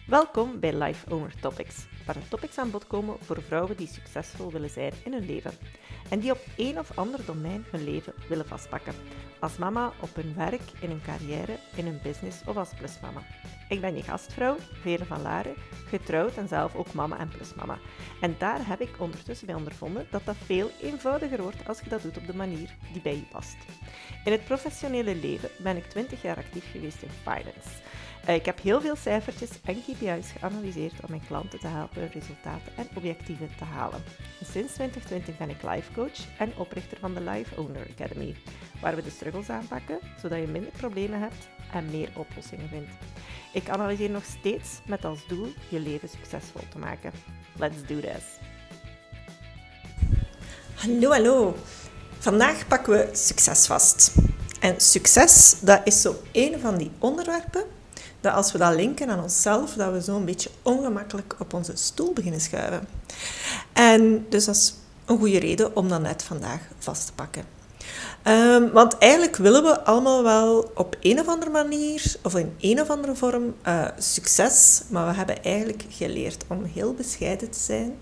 Welkom bij Life Owner Topics, waar er topics aan bod komen voor vrouwen die succesvol willen zijn in hun leven en die op een of ander domein hun leven willen vastpakken. Als mama, op hun werk, in hun carrière, in hun business of als plusmama. Ik ben je gastvrouw, Vere van Laren, getrouwd en zelf ook mama en plusmama. En daar heb ik ondertussen bij ondervonden dat dat veel eenvoudiger wordt als je dat doet op de manier die bij je past. In het professionele leven ben ik 20 jaar actief geweest in finance. Ik heb heel veel cijfertjes en KPI's geanalyseerd om mijn klanten te helpen hun resultaten en objectieven te halen. En sinds 2020 ben ik life coach en oprichter van de Life Owner Academy, waar we de struggles aanpakken, zodat je minder problemen hebt en meer oplossingen vindt. Ik analyseer nog steeds met als doel je leven succesvol te maken. Let's do this! Hallo. Vandaag pakken we succes vast. En succes, dat is zo een van die onderwerpen dat als we dat linken aan onszelf, dat we zo een beetje ongemakkelijk op onze stoel beginnen schuiven. En dus dat is een goede reden om dat net vandaag vast te pakken. Want eigenlijk willen we allemaal wel op een of andere manier, of in een of andere vorm, succes. Maar we hebben eigenlijk geleerd om heel bescheiden te zijn.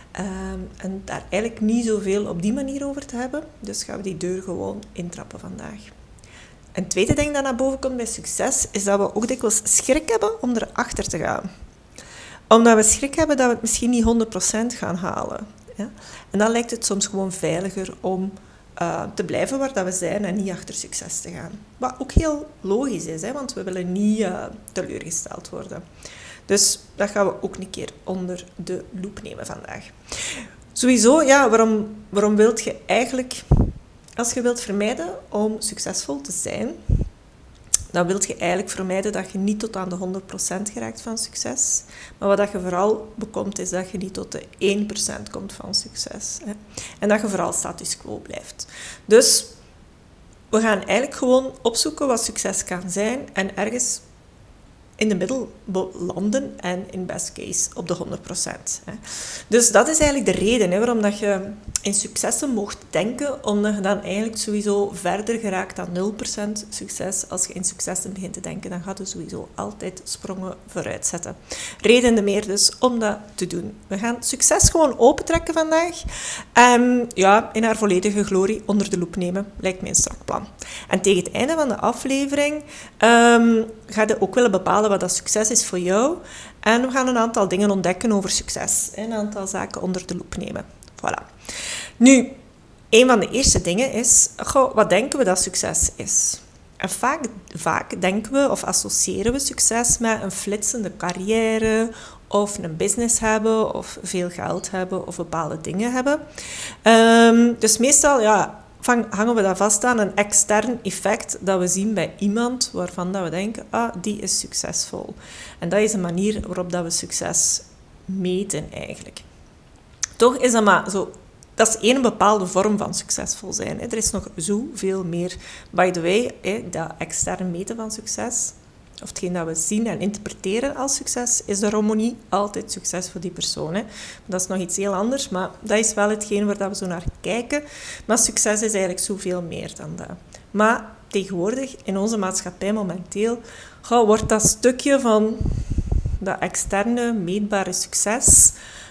En daar eigenlijk niet zoveel op die manier over te hebben. Dus gaan we die deur gewoon intrappen vandaag. Een tweede ding dat naar boven komt bij succes, is dat we ook dikwijls schrik hebben om erachter te gaan. Omdat we schrik hebben dat we het misschien niet 100% gaan halen. Ja? En dan lijkt het soms gewoon veiliger om te blijven waar dat we zijn en niet achter succes te gaan. Wat ook heel logisch is, hè? Want we willen niet teleurgesteld worden. Dus dat gaan we ook een keer onder de loep nemen vandaag. Sowieso, ja, waarom wilt je eigenlijk... Als je wilt vermijden om succesvol te zijn, dan wilt je eigenlijk vermijden dat je niet tot aan de 100% geraakt van succes. Maar wat je vooral bekomt, is dat je niet tot de 1% komt van succes. Hè. En dat je vooral status quo blijft. Dus we gaan eigenlijk gewoon opzoeken wat succes kan zijn en ergens in de middel landen en in best case op de 100%. Dus dat is eigenlijk de reden waarom dat je in successen mocht denken, omdat je dan eigenlijk sowieso verder geraakt dan 0% succes. Als je in successen begint te denken, dan gaat je sowieso altijd sprongen vooruit zetten. Reden meer dus om dat te doen. We gaan succes gewoon opentrekken vandaag en in haar volledige glorie onder de loep nemen. Lijkt mij een strak plan. En tegen het einde van de aflevering ga je ook willen bepalen wat dat succes is voor jou. En we gaan een aantal dingen ontdekken over succes. Een aantal zaken onder de loep nemen. Voilà. Nu, een van de eerste dingen is, wat denken we dat succes is? En vaak denken we of associëren we succes met een flitsende carrière, of een business hebben, of veel geld hebben, of bepaalde dingen hebben. Dus meestal, hangen we dat vast aan een extern effect dat we zien bij iemand waarvan dat we denken, die is succesvol. En dat is een manier waarop dat we succes meten eigenlijk. Toch is dat maar zo, dat is één bepaalde vorm van succesvol zijn. Er is nog zoveel meer. By the way, dat extern meten van succes, of hetgeen dat we zien en interpreteren als succes, is daarom niet altijd succes voor die persoon. Hè. Dat is nog iets heel anders, maar dat is wel hetgeen waar we zo naar kijken. Maar succes is eigenlijk zoveel meer dan dat. Maar tegenwoordig, in onze maatschappij momenteel, wordt dat stukje van dat externe, meetbare succes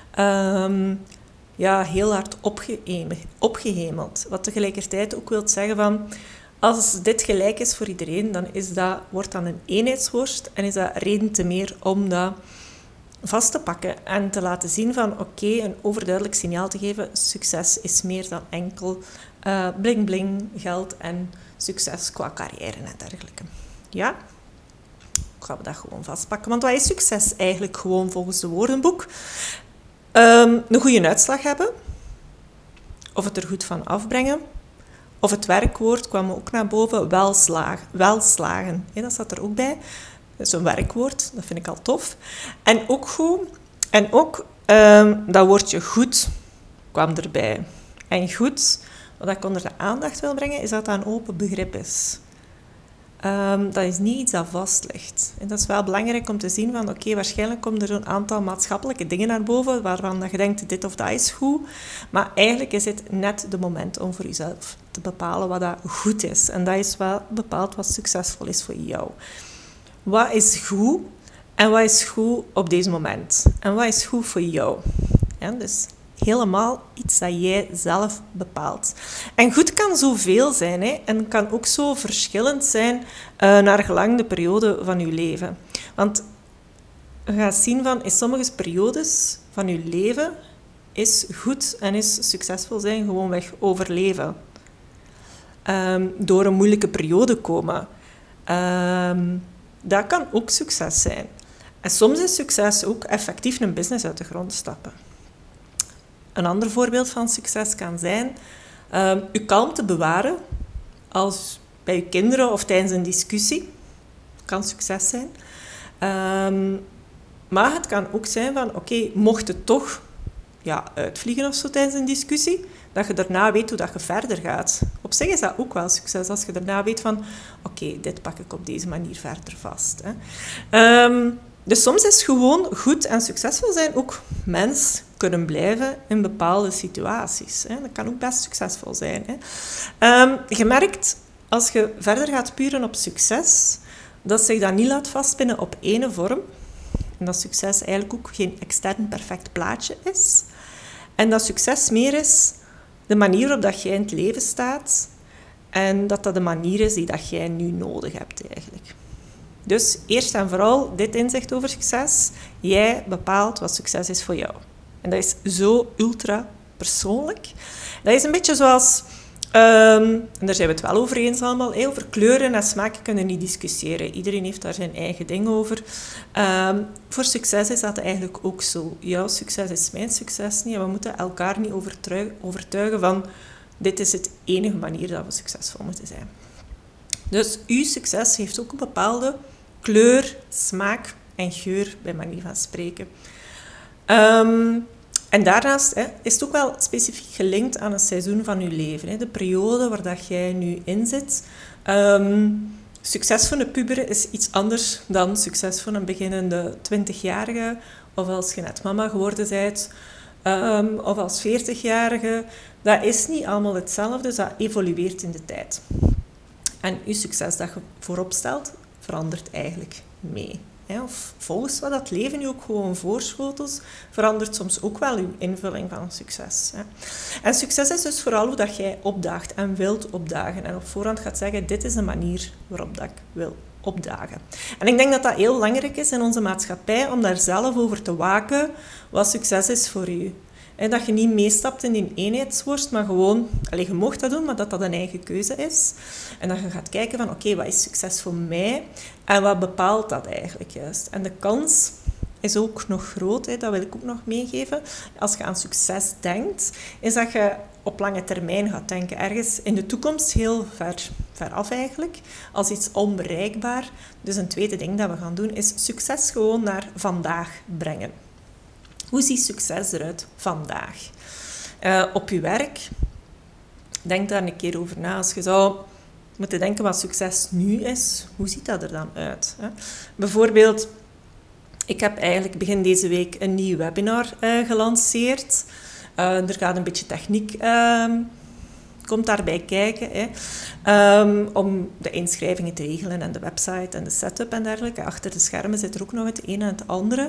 heel hard opgehemeld. Wat tegelijkertijd ook wil zeggen van... Als dit gelijk is voor iedereen, dan wordt dat een eenheidsworst en is dat reden te meer om dat vast te pakken en te laten zien van een overduidelijk signaal te geven. Succes is meer dan enkel bling bling, geld en succes qua carrière en dergelijke. Ja? Gaan we dat gewoon vastpakken. Want wat is succes eigenlijk gewoon volgens de woordenboek? Een goede uitslag hebben. Of het er goed van afbrengen. Of het werkwoord kwam ook naar boven, welslagen. Ja, dat staat er ook bij. Dat is een werkwoord, dat vind ik al tof. En ook goed. En ook dat woordje goed kwam erbij. En goed, wat ik onder de aandacht wil brengen, is dat dat een open begrip is. Dat is niet iets dat vast ligt. En dat is wel belangrijk om te zien van, waarschijnlijk komt er zo'n aantal maatschappelijke dingen naar boven, waarvan dat je denkt, dit of dat is goed. Maar eigenlijk is het net de moment om voor jezelf te bepalen wat dat goed is. En dat is wel bepaald wat succesvol is voor jou. Wat is goed? En wat is goed op deze moment? En wat is goed voor jou? Ja, dus helemaal iets dat jij zelf bepaalt. En goed kan zoveel zijn, hè? En kan ook zo verschillend zijn naar gelang de periode van je leven. Want je gaat zien van in sommige periodes van je leven is goed en is succesvol zijn gewoonweg overleven. Door een moeilijke periode komen. Dat kan ook succes zijn. En soms is succes ook effectief een business uit de grond stappen. Een ander voorbeeld van succes kan zijn je kalmte bewaren als bij je kinderen of tijdens een discussie. Kan succes zijn. Maar het kan ook zijn van, oké, mocht het toch uitvliegen of zo tijdens een discussie, dat je daarna weet hoe dat je verder gaat. Op zich is dat ook wel succes, als je daarna weet van, oké, dit pak ik op deze manier verder vast. Hè. Dus soms is gewoon goed en succesvol zijn ook mens kunnen blijven in bepaalde situaties. Hè. Dat kan ook best succesvol zijn. Hè. Je merkt, als je verder gaat puren op succes, dat zich dat niet laat vastpinnen op één vorm. En dat succes eigenlijk ook geen extern perfect plaatje is. En dat succes meer is de manier waarop dat jij in het leven staat. En dat dat de manier is die dat jij nu nodig hebt eigenlijk. Dus eerst en vooral dit inzicht over succes. Jij bepaalt wat succes is voor jou. En dat is zo ultra persoonlijk. Dat is een beetje zoals... en daar zijn we het wel over eens allemaal. Over kleuren en smaken kunnen we niet discussiëren. Iedereen heeft daar zijn eigen ding over. Voor succes is dat eigenlijk ook zo. Jouw succes is mijn succes niet. En we moeten elkaar niet overtuigen van... Dit is het enige manier dat we succesvol moeten zijn. Dus uw succes heeft ook een bepaalde kleur, smaak en geur, bij manier van spreken. En daarnaast is het ook wel specifiek gelinkt aan het seizoen van je leven. Hè. De periode waar dat jij nu in zit. Succes voor een puber is iets anders dan succes voor een beginnende 20-jarige. Of als je net mama geworden bent. Of als 40-jarige. Dat is niet allemaal hetzelfde, dus dat evolueert in de tijd. En je succes dat je voorop stelt, verandert eigenlijk mee. Of volgens wat dat leven je ook gewoon voorschotelt, verandert soms ook wel je invulling van succes. En succes is dus vooral hoe dat jij opdaagt en wilt opdagen. En op voorhand gaat zeggen, dit is de manier waarop dat ik wil opdagen. En ik denk dat dat heel belangrijk is in onze maatschappij, om daar zelf over te waken wat succes is voor u. En dat je niet meestapt in die eenheidsworst, maar gewoon... je mocht dat doen, maar dat dat een eigen keuze is. En dat je gaat kijken van, oké, wat is succes voor mij? En wat bepaalt dat eigenlijk juist? En de kans is ook nog groot, dat wil ik ook nog meegeven. Als je aan succes denkt, is dat je op lange termijn gaat denken. Ergens in de toekomst, heel ver af eigenlijk, als iets onbereikbaar. Dus een tweede ding dat we gaan doen, is succes gewoon naar vandaag brengen. Hoe ziet succes eruit vandaag? Op je werk, denk daar een keer over na. Als je zou moeten denken wat succes nu is, hoe ziet dat er dan uit? Hè? Bijvoorbeeld, ik heb eigenlijk begin deze week een nieuw webinar gelanceerd. Er gaat een beetje techniek... komt daarbij kijken, om de inschrijvingen te regelen en de website en de setup en dergelijke. Achter de schermen zit er ook nog het een en het andere.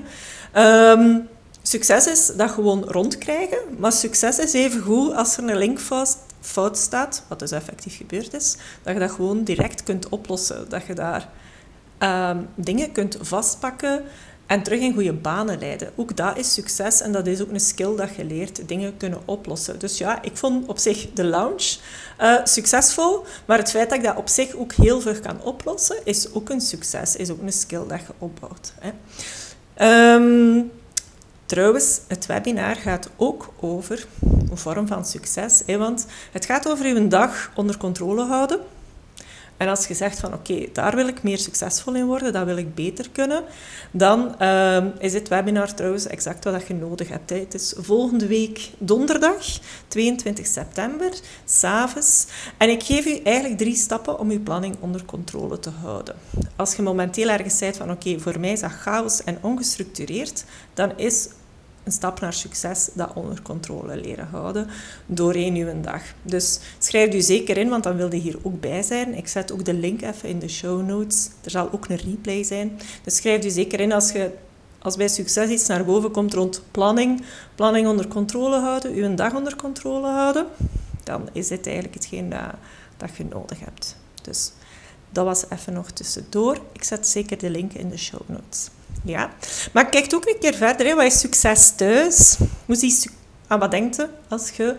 Succes is dat gewoon rondkrijgen, maar succes is even goed als er een link fout staat, wat dus effectief gebeurd is, dat je dat gewoon direct kunt oplossen. Dat je daar dingen kunt vastpakken en terug in goede banen leiden. Ook dat is succes en dat is ook een skill dat je leert, dingen kunnen oplossen. Dus ja, ik vond op zich de launch succesvol, maar het feit dat ik dat op zich ook heel veel kan oplossen, is ook een succes, is ook een skill dat je opbouwt. Trouwens, het webinar gaat ook over een vorm van succes, want het gaat over je dag onder controle houden. En als je zegt van oké, daar wil ik meer succesvol in worden, dat wil ik beter kunnen, dan is dit webinar trouwens exact wat je nodig hebt. Het is volgende week donderdag, 22 september, 's avonds. En ik geef u eigenlijk 3 stappen om je planning onder controle te houden. Als je momenteel ergens zegt van oké, voor mij is dat chaos en ongestructureerd, dan is een stap naar succes dat onder controle leren houden doorheen uw dag. Dus schrijf u zeker in, want dan wil je hier ook bij zijn. Ik zet ook de link even in de show notes. Er zal ook een replay zijn. Dus schrijf u zeker in als bij succes iets naar boven komt rond planning onder controle houden, uw dag onder controle houden, dan is dit eigenlijk hetgeen dat je nodig hebt. Dus dat was even nog tussendoor. Ik zet zeker de link in de show notes. Ja, maar kijk ook een keer verder. Hè. Wat is succes thuis? Aan wat denkt je als je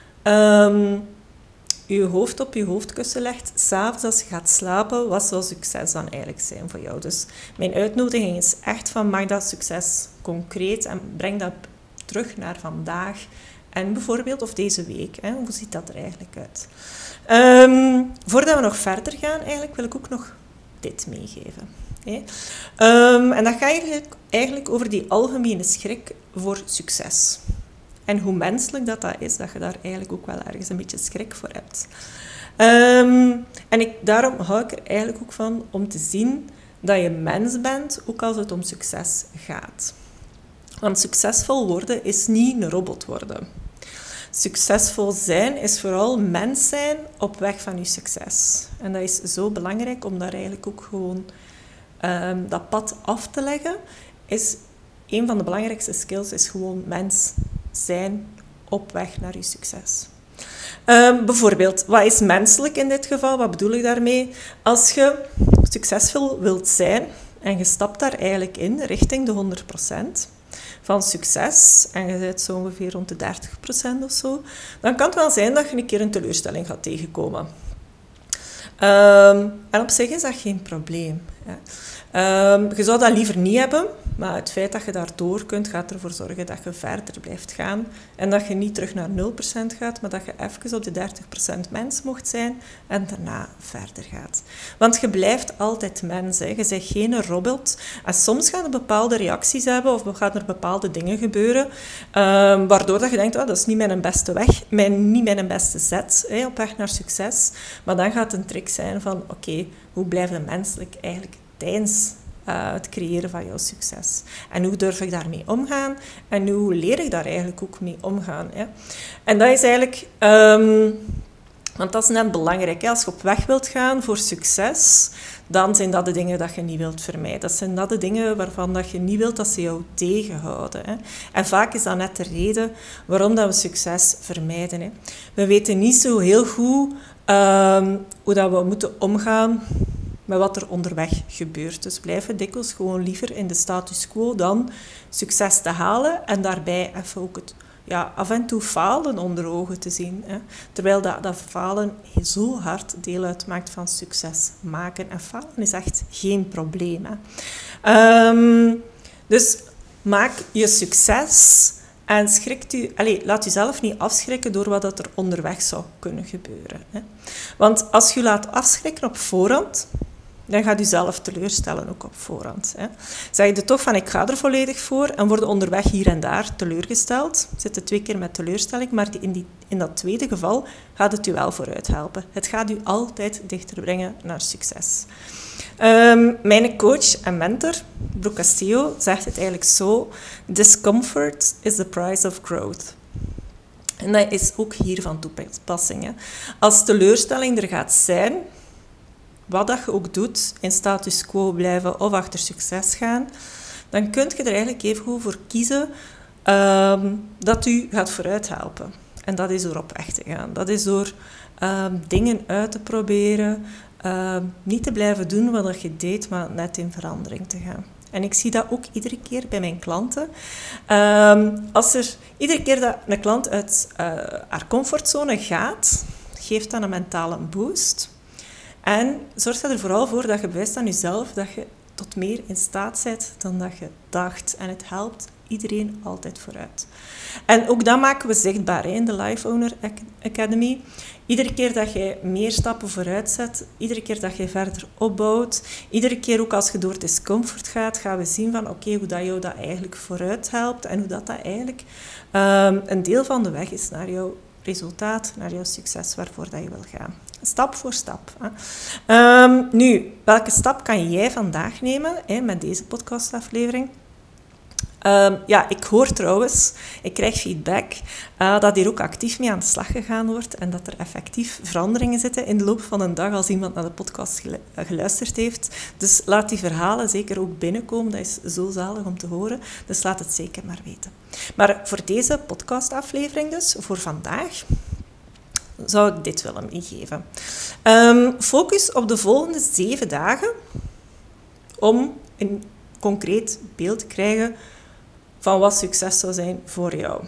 je hoofd op je hoofdkussen legt, 's avonds als je gaat slapen? Wat zou succes dan eigenlijk zijn voor jou? Dus mijn uitnodiging is echt van, maak dat succes concreet en breng dat terug naar vandaag. En bijvoorbeeld, of deze week, hè, hoe ziet dat er eigenlijk uit? Voordat we nog verder gaan, eigenlijk wil ik ook nog dit meegeven. Hè. En dat gaat eigenlijk over die algemene schrik voor succes. En hoe menselijk dat is, dat je daar eigenlijk ook wel ergens een beetje schrik voor hebt. En daarom hou ik er eigenlijk ook van om te zien dat je mens bent, ook als het om succes gaat. Want succesvol worden is niet een robot worden. Succesvol zijn is vooral mens zijn op weg van je succes. En dat is zo belangrijk om daar eigenlijk ook gewoon dat pad af te leggen. Een van de belangrijkste skills is gewoon mens zijn op weg naar je succes. Bijvoorbeeld, wat is menselijk in dit geval? Wat bedoel ik daarmee? Als je succesvol wilt zijn en je stapt daar eigenlijk in richting de 100% van succes en je bent zo ongeveer rond de 30% of zo, dan kan het wel zijn dat je een keer een teleurstelling gaat tegenkomen. En op zich is dat geen probleem. Ja. Je zou dat liever niet hebben, maar het feit dat je daardoor kunt, gaat ervoor zorgen dat je verder blijft gaan en dat je niet terug naar 0% gaat, maar dat je even op de 30% mens mocht zijn en daarna verder gaat. Want je blijft altijd mens, hè. Je bent geen robot en soms gaan er bepaalde reacties hebben of gaan er bepaalde dingen gebeuren waardoor dat je denkt, dat is niet mijn beste weg, niet mijn beste zet op weg naar succes. Maar dan gaat een trick zijn van, oké, hoe blijf je menselijk eigenlijk tijdens het creëren van jouw succes. En hoe durf ik daarmee omgaan? En hoe leer ik daar eigenlijk ook mee omgaan? Hè? En dat is eigenlijk... want dat is net belangrijk. Hè? Als je op weg wilt gaan voor succes, dan zijn dat de dingen dat je niet wilt vermijden. Dat zijn dat de dingen waarvan dat je niet wilt dat ze jou tegenhouden. Hè? En vaak is dat net de reden waarom dat we succes vermijden. Hè? We weten niet zo heel goed hoe dat we moeten omgaan met wat er onderweg gebeurt. Dus blijven dikwijls gewoon liever in de status quo dan succes te halen en daarbij even ook het af en toe falen onder ogen te zien. Hè. Terwijl dat falen zo hard deel uitmaakt van succes maken. En falen is echt geen probleem. Hè. Dus maak je succes en laat jezelf niet afschrikken door wat er onderweg zou kunnen gebeuren. Hè. Want als je laat afschrikken op voorhand, dan gaat je zelf teleurstellen, ook op voorhand. Hè. Zeg je er toch van, ik ga er volledig voor en word onderweg hier en daar teleurgesteld. Zit er 2 keer met teleurstelling, maar in dat tweede geval gaat het u wel vooruit helpen. Het gaat u altijd dichter brengen naar succes. Mijn coach en mentor, Brooke Castillo, zegt het eigenlijk zo: discomfort is the price of growth. En dat is ook hier van toepassing. Hè. Als teleurstelling er gaat zijn, wat dat je ook doet, in status quo blijven of achter succes gaan, dan kun je er eigenlijk even goed voor kiezen dat u gaat vooruit helpen. En dat is door op weg te gaan. Dat is door dingen uit te proberen, niet te blijven doen wat je deed, maar net in verandering te gaan. En ik zie dat ook iedere keer bij mijn klanten. Iedere keer dat een klant uit haar comfortzone gaat, geeft dat een mentale boost. En zorg er vooral voor dat je bewijst aan jezelf dat je tot meer in staat bent dan dat je dacht. En het helpt iedereen altijd vooruit. En ook dat maken we zichtbaar in de Life Owner Academy. Iedere keer dat jij meer stappen vooruit zet, iedere keer dat je verder opbouwt, iedere keer ook als je door discomfort gaat, gaan we zien van hoe dat jou dat eigenlijk vooruit helpt en hoe dat eigenlijk een deel van de weg is naar jouw resultaat, naar jouw succes waarvoor dat je wil gaan. Stap voor stap. Hè. Nu, welke stap kan jij vandaag nemen met deze podcastaflevering? Ik hoor trouwens, ik krijg feedback, dat hier ook actief mee aan de slag gegaan wordt en dat er effectief veranderingen zitten in de loop van een dag als iemand naar de podcast geluisterd heeft. Dus laat die verhalen zeker ook binnenkomen. Dat is zo zalig om te horen. Dus laat het zeker maar weten. Maar voor deze podcastaflevering dus, voor vandaag, zou ik dit willen meegeven. Focus op de volgende 7 dagen om een concreet beeld te krijgen van wat succes zou zijn voor jou.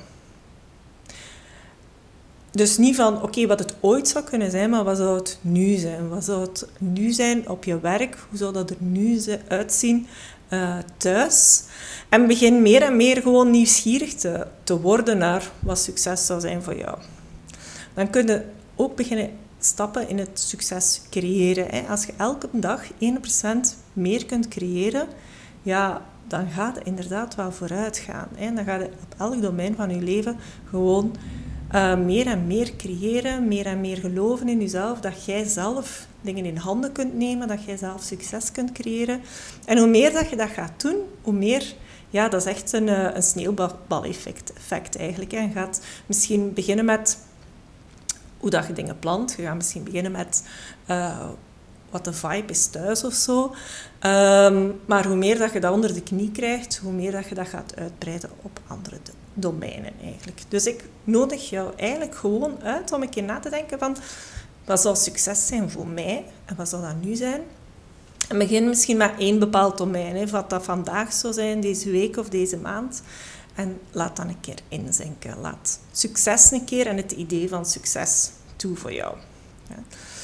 Dus niet van, wat het ooit zou kunnen zijn, maar wat zou het nu zijn? Wat zou het nu zijn op je werk? Hoe zou dat er nu uitzien thuis? En begin meer en meer gewoon nieuwsgierig te worden naar wat succes zou zijn voor jou. Dan kun je ook beginnen stappen in het succes creëren. Hè. Als je elke dag 1% meer kunt creëren, dan gaat het inderdaad wel vooruit gaan. Hè. Dan gaat je op elk domein van je leven gewoon meer en meer creëren, meer en meer geloven in jezelf, dat jij zelf dingen in handen kunt nemen, dat jij zelf succes kunt creëren. En hoe meer dat je dat gaat doen, hoe meer... dat is echt een sneeuwbaleffect eigenlijk. Hè. Je gaat misschien beginnen met hoe dat je dingen plant. Je gaat misschien beginnen met wat de vibe is thuis of zo. Maar hoe meer dat je dat onder de knie krijgt, hoe meer dat je dat gaat uitbreiden op andere domeinen eigenlijk. Dus ik nodig jou eigenlijk gewoon uit om een keer na te denken van wat zal succes zijn voor mij en wat zal dat nu zijn? En begin misschien met 1 bepaald domein, hè, wat dat vandaag zou zijn, deze week of deze maand. En laat dan een keer inzinken. Laat succes een keer en het idee van succes toe voor jou. Ja.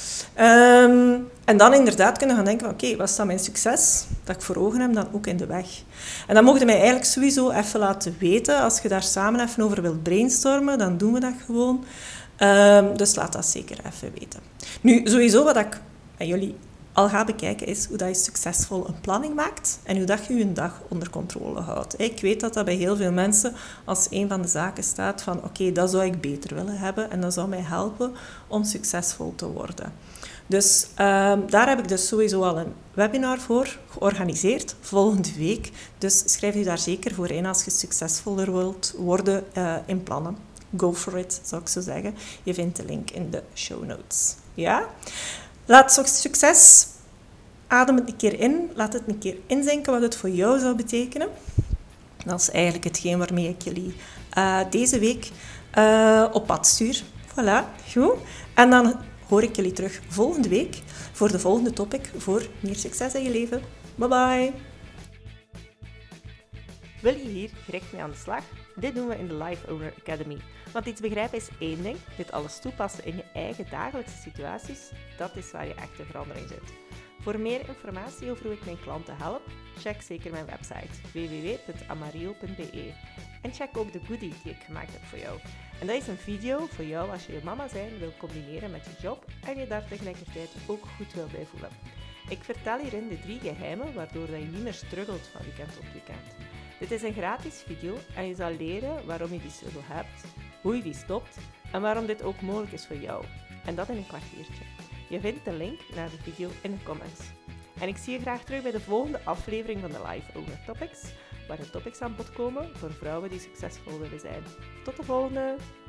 En dan inderdaad kunnen gaan denken van wat is dan mijn succes dat ik voor ogen heb dan ook in de weg. En dan mocht je mij eigenlijk sowieso even laten weten. Als je daar samen even over wilt brainstormen, dan doen we dat gewoon. Dus laat dat zeker even weten. Nu, sowieso wat ik met jullie al ga bekijken is hoe dat je succesvol een planning maakt en hoe dat je je dag onder controle houdt. Ik weet dat dat bij heel veel mensen als een van de zaken staat van dat zou ik beter willen hebben en dat zou mij helpen om succesvol te worden. Dus daar heb ik dus sowieso al een webinar voor georganiseerd volgende week. Dus schrijf je daar zeker voor in als je succesvoller wilt worden in plannen. Go for it, zou ik zo zeggen. Je vindt de link in de show notes. Ja? Laat succes, adem het een keer in, laat het een keer inzinken wat het voor jou zou betekenen. Dat is eigenlijk hetgeen waarmee ik jullie deze week op pad stuur. Voilà, goed. En dan hoor ik jullie terug volgende week voor de volgende topic voor meer succes in je leven. Bye bye! Wil je hier direct mee aan de slag? Dit doen we in de Life Owner Academy. Want iets begrijpen is één ding, dit alles toepassen in je eigen dagelijkse situaties, dat is waar je echte verandering zit. Voor meer informatie over hoe ik mijn klanten help, check zeker mijn website www.amario.be. En check ook de goodie die ik gemaakt heb voor jou. En dat is een video voor jou als je je mama zijn wil combineren met je job en je daar tegelijkertijd ook goed wil bij voelen. Ik vertel hierin de 3 geheimen waardoor je niet meer struggelt van weekend tot weekend. Dit is een gratis video en je zal leren waarom je die struggle hebt, hoe je die stopt en waarom dit ook mogelijk is voor jou. En dat in een kwartiertje. Je vindt de link naar de video in de comments. En ik zie je graag terug bij de volgende aflevering van de Life Owner Topics, waar de topics aan bod komen voor vrouwen die succesvol willen zijn. Tot de volgende!